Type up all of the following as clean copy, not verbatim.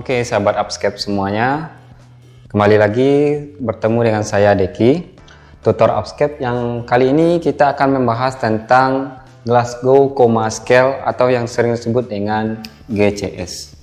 Oke, sahabat Upscape semuanya, kembali lagi bertemu dengan saya Deki, tutor Upscape. Yang kali ini kita akan membahas tentang Glasgow Coma Scale atau yang sering disebut dengan GCS.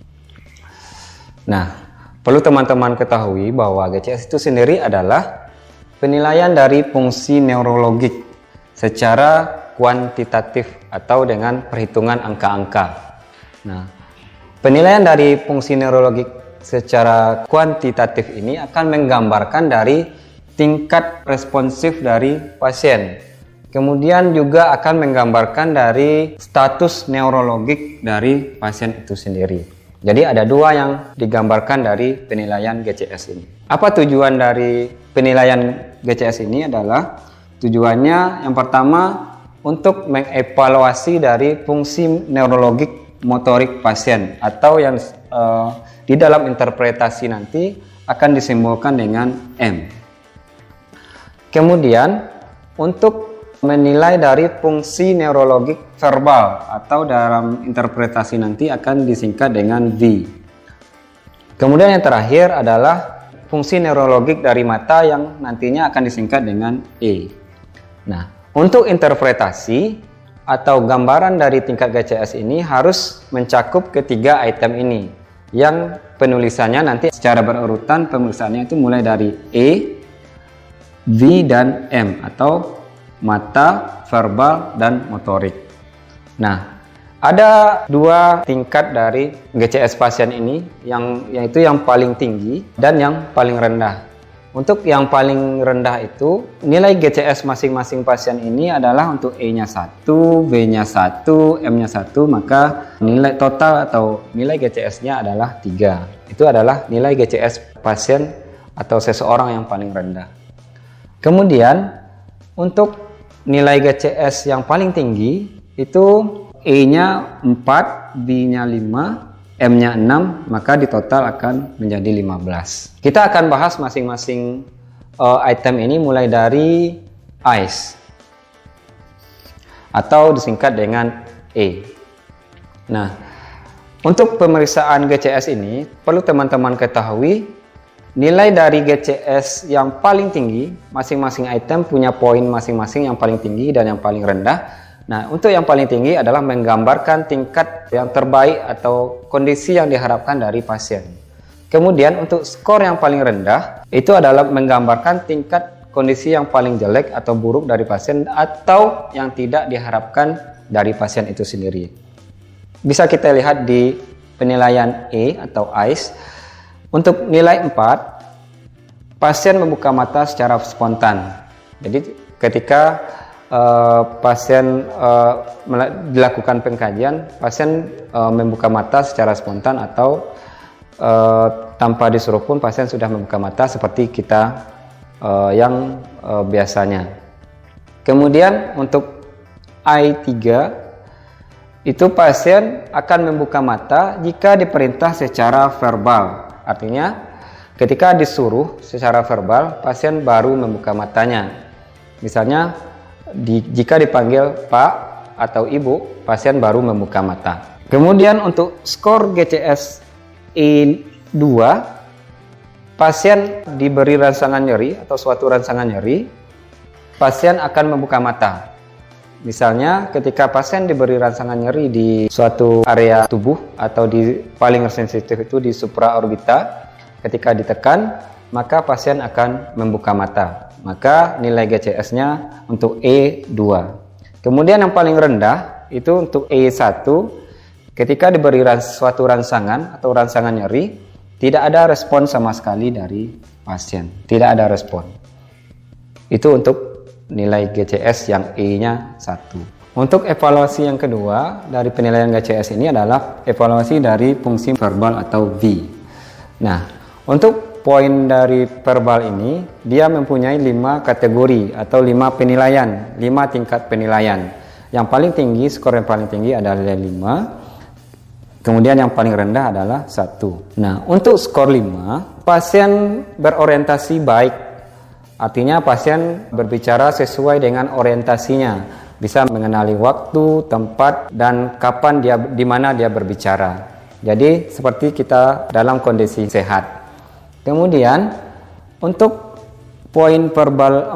Nah, perlu teman-teman ketahui bahwa GCS itu sendiri adalah penilaian dari fungsi neurologik secara kuantitatif atau dengan perhitungan angka-angka. Nah, penilaian dari fungsi neurologik secara kuantitatif ini akan menggambarkan dari tingkat responsif dari pasien. Kemudian juga akan menggambarkan dari status neurologik dari pasien itu sendiri. Jadi ada dua yang digambarkan dari penilaian GCS ini. Apa tujuan dari penilaian GCS ini adalah tujuannya yang pertama untuk mengevaluasi dari fungsi neurologik motorik pasien atau yang di dalam interpretasi nanti akan disimbolkan dengan M. Kemudian untuk menilai dari fungsi neurologik verbal atau dalam interpretasi nanti akan disingkat dengan V. Kemudian yang terakhir adalah fungsi neurologik dari mata yang nantinya akan disingkat dengan E. Nah, untuk interpretasi atau gambaran dari tingkat GCS ini harus mencakup ketiga item ini, yang penulisannya nanti secara berurutan pemeriksaannya itu mulai dari E, V, dan M atau mata, verbal, dan motorik. Nah, ada dua tingkat dari GCS pasien ini, yaitu yang paling tinggi dan yang paling rendah. Untuk yang paling rendah itu, nilai GCS masing-masing pasien ini adalah untuk E-nya 1, V-nya 1, M-nya 1, maka nilai total atau nilai GCS-nya adalah 3. Itu adalah nilai GCS pasien atau seseorang yang paling rendah. Kemudian, untuk nilai GCS yang paling tinggi, itu E-nya 4, V-nya 5, M-nya 6, maka di total akan menjadi 15. Kita akan bahas masing-masing item ini mulai dari ICE atau disingkat dengan E. Nah, untuk pemeriksaan GCS ini perlu teman-teman ketahui nilai dari GCS yang paling tinggi, masing-masing item punya poin masing-masing yang paling tinggi dan yang paling rendah. Nah, untuk yang paling tinggi adalah menggambarkan tingkat yang terbaik atau kondisi yang diharapkan dari pasien. Kemudian untuk skor yang paling rendah itu adalah menggambarkan tingkat kondisi yang paling jelek atau buruk dari pasien atau yang tidak diharapkan dari pasien itu sendiri. Bisa kita lihat di penilaian E atau ICE. Untuk nilai 4, pasien membuka mata secara spontan. Jadi ketika pasien dilakukan pengkajian, pasien membuka mata secara spontan atau tanpa disuruh pun pasien sudah membuka mata seperti kita yang biasanya. Kemudian untuk I3 itu pasien akan membuka mata jika diperintah secara verbal. Artinya ketika disuruh secara verbal, pasien baru membuka matanya. Misalnya jika dipanggil Pak atau Ibu, pasien baru membuka mata. Kemudian untuk skor GCS E2, pasien diberi rangsangan nyeri atau suatu rangsangan nyeri, pasien akan membuka mata. Misalnya ketika pasien diberi rangsangan nyeri di suatu area tubuh atau di paling sensitif itu di supraorbita, ketika ditekan, maka pasien akan membuka mata. Maka nilai GCS-nya untuk E2. Kemudian yang paling rendah itu untuk E1. Ketika diberi suatu rangsangan atau rangsangan nyeri, tidak ada respon sama sekali dari pasien. Tidak ada respon. Itu untuk nilai GCS yang E-nya 1. Untuk evaluasi yang kedua dari penilaian GCS ini adalah evaluasi dari fungsi verbal atau V. Nah, untuk poin dari verbal ini, dia mempunyai 5 kategori atau 5 penilaian, 5 tingkat penilaian. Yang paling tinggi, skor yang paling tinggi adalah 5. Kemudian yang paling rendah adalah 1. Nah, untuk skor 5, pasien berorientasi baik. Artinya pasien berbicara sesuai dengan orientasinya. Bisa mengenali waktu, tempat, dan kapan di mana dia berbicara. Jadi seperti kita dalam kondisi sehat. Kemudian untuk poin verbal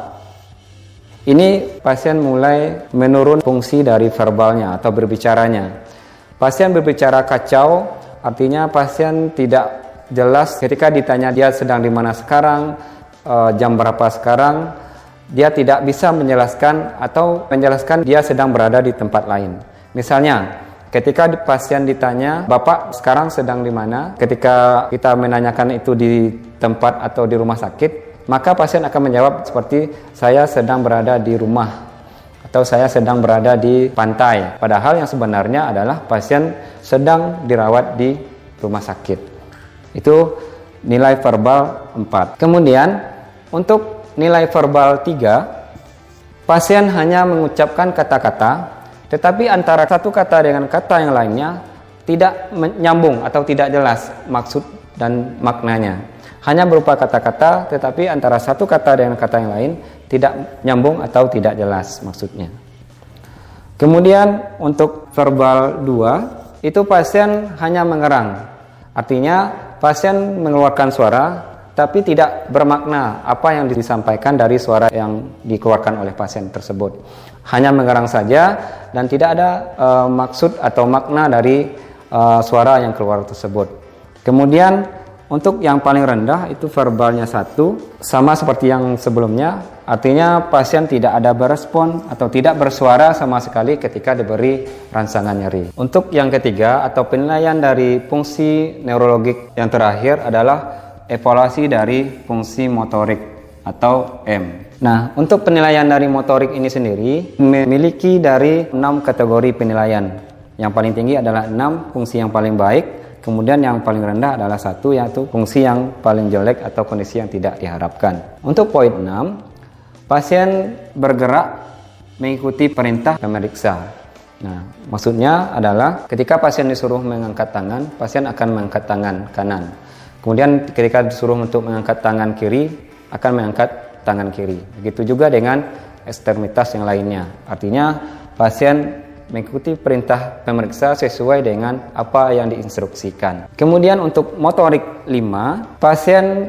4, ini pasien mulai menurun fungsi dari verbalnya atau berbicaranya. Pasien berbicara kacau, artinya pasien tidak jelas ketika ditanya dia sedang di mana sekarang, jam berapa sekarang, dia tidak bisa menjelaskan atau menjelaskan dia sedang berada di tempat lain. Misalnya, ketika pasien ditanya, "Bapak sekarang sedang di mana?" Ketika kita menanyakan itu di tempat atau di rumah sakit, maka pasien akan menjawab seperti, "Saya sedang berada di rumah," atau "Saya sedang berada di pantai." Padahal yang sebenarnya adalah pasien sedang dirawat di rumah sakit. Itu nilai verbal 4. Kemudian untuk nilai verbal 3, pasien hanya mengucapkan kata-kata, tetapi antara satu kata dengan kata yang lainnya tidak menyambung atau tidak jelas maksud dan maknanya. Hanya berupa kata-kata, tetapi antara satu kata dengan kata yang lain tidak nyambung atau tidak jelas maksudnya. Kemudian untuk verbal 2, itu pasien hanya mengerang. Artinya pasien mengeluarkan suara, tapi tidak bermakna apa yang disampaikan dari suara yang dikeluarkan oleh pasien tersebut. Hanya mengerang saja dan tidak ada maksud atau makna dari suara yang keluar tersebut. Kemudian untuk yang paling rendah itu verbalnya 1, sama seperti yang sebelumnya, artinya pasien tidak ada berespon atau tidak bersuara sama sekali ketika diberi rangsangan nyeri. Untuk yang ketiga atau penilaian dari fungsi neurologik yang terakhir adalah evaluasi dari fungsi motorik atau M. Nah, untuk penilaian dari motorik ini sendiri memiliki dari 6 kategori penilaian. Yang paling tinggi adalah 6 fungsi yang paling baik, kemudian yang paling rendah adalah 1, yaitu fungsi yang paling jelek atau kondisi yang tidak diharapkan. Untuk poin 6, pasien bergerak mengikuti perintah pemeriksa. Nah, maksudnya adalah ketika pasien disuruh mengangkat tangan, pasien akan mengangkat tangan kanan. Kemudian ketika disuruh untuk mengangkat tangan kiri, akan mengangkat tangan kiri. Begitu juga dengan ekstremitas yang lainnya. Artinya pasien mengikuti perintah pemeriksa sesuai dengan apa yang diinstruksikan. Kemudian untuk motorik 5, pasien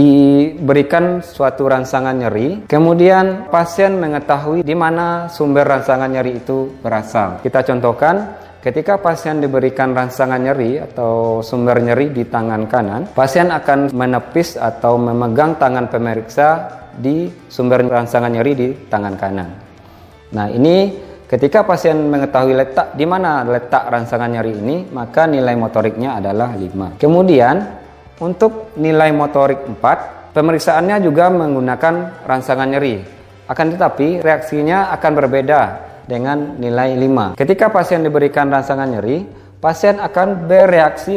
diberikan suatu rangsangan nyeri, kemudian pasien mengetahui di mana sumber rangsangan nyeri itu berasal. Kita contohkan, ketika pasien diberikan rangsangan nyeri atau sumber nyeri di tangan kanan, pasien akan menepis atau memegang tangan pemeriksa di sumber rangsangan nyeri di tangan kanan. Nah, ini ketika pasien mengetahui letak di mana letak rangsangan nyeri ini, maka nilai motoriknya adalah 5. Kemudian untuk nilai motorik 4, pemeriksaannya juga menggunakan rangsangan nyeri. Akan tetapi reaksinya akan berbeda dengan nilai 5. Ketika pasien diberikan rangsangan nyeri, pasien akan bereaksi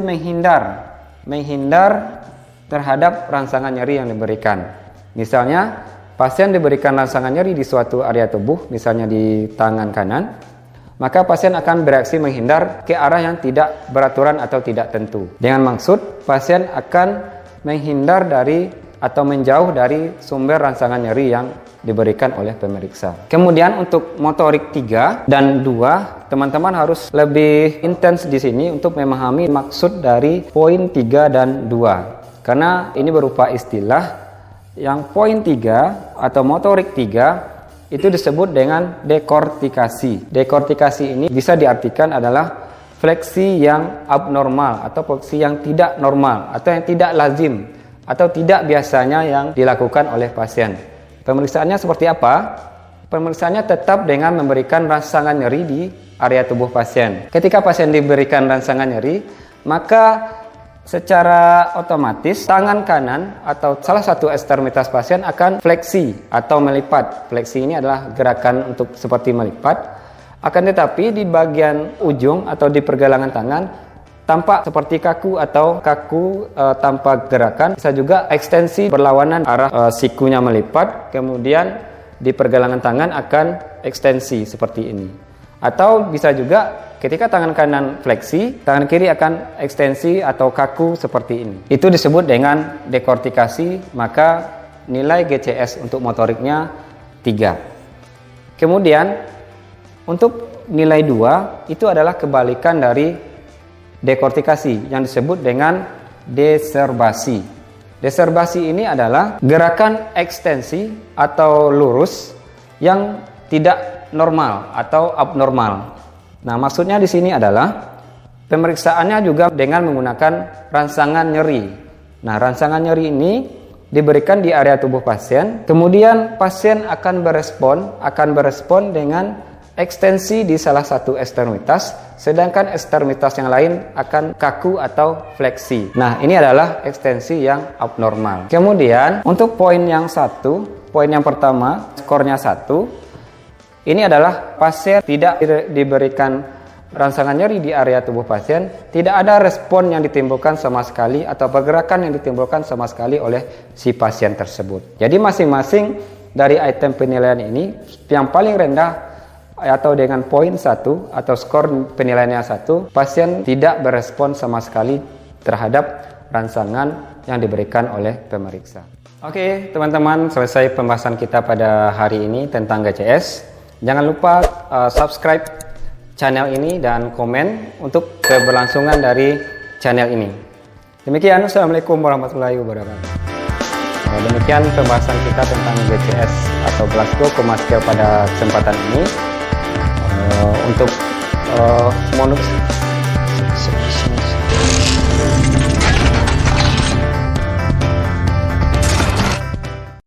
menghindar terhadap rangsangan nyeri yang diberikan. Misalnya, pasien diberikan rangsangan nyeri di suatu area tubuh, misalnya di tangan kanan, maka pasien akan bereaksi menghindar ke arah yang tidak beraturan atau tidak tentu. Dengan maksud, pasien akan menghindar dari atau menjauh dari sumber rangsangan nyeri yang diberikan oleh pemeriksa. Kemudian untuk motorik 3 dan 2, teman-teman harus lebih intens di sini untuk memahami maksud dari poin 3 dan 2. Karena ini berupa istilah yang poin 3 atau motorik 3 itu disebut dengan dekortikasi. Dekortikasi ini bisa diartikan adalah fleksi yang abnormal atau fleksi yang tidak normal atau yang tidak lazim atau tidak biasanya yang dilakukan oleh pasien. Pemeriksaannya seperti apa? Pemeriksaannya tetap dengan memberikan rangsangan nyeri di area tubuh pasien. Ketika pasien diberikan rangsangan nyeri, maka secara otomatis tangan kanan atau salah satu ekstremitas pasien akan fleksi atau melipat. Fleksi ini adalah gerakan untuk seperti melipat. Akan tetapi di bagian ujung atau di pergelangan tangan tampak seperti kaku atau kaku tanpa gerakan. Bisa juga ekstensi berlawanan arah sikunya melipat, kemudian di pergelangan tangan akan ekstensi seperti ini. Atau bisa juga ketika tangan kanan fleksi, tangan kiri akan ekstensi atau kaku seperti ini. Itu disebut dengan dekortikasi, maka nilai GCS untuk motoriknya 3. Kemudian untuk nilai 2 itu adalah kebalikan dari dekortikasi yang disebut dengan deserbasi. Deserbasi ini adalah gerakan ekstensi atau lurus yang tidak normal atau abnormal. Nah, maksudnya di sini adalah pemeriksaannya juga dengan menggunakan rangsangan nyeri. Nah, rangsangan nyeri ini diberikan di area tubuh pasien, kemudian pasien akan berespon dengan ekstensi di salah satu ekstremitas, sedangkan ekstremitas yang lain akan kaku atau fleksi. Nah, ini adalah ekstensi yang abnormal. Kemudian untuk poin yang pertama, skornya 1, ini adalah pasien tidak diberikan rangsangan nyeri di area tubuh pasien, tidak ada respon yang ditimbulkan sama sekali atau pergerakan yang ditimbulkan sama sekali oleh si pasien tersebut. Jadi masing-masing dari item penilaian ini yang paling rendah atau dengan poin 1 atau skor penilaiannya 1, pasien tidak berespon sama sekali terhadap rangsangan yang diberikan oleh pemeriksa. Oke, teman-teman, selesai pembahasan kita pada hari ini tentang GCS. Jangan lupa subscribe channel ini dan komen untuk keberlangsungan dari channel ini. Demikian, Assalamualaikum warahmatullahi wabarakatuh. Demikian pembahasan kita tentang GCS atau Glasgow Coma Scale pada kesempatan ini. Untuk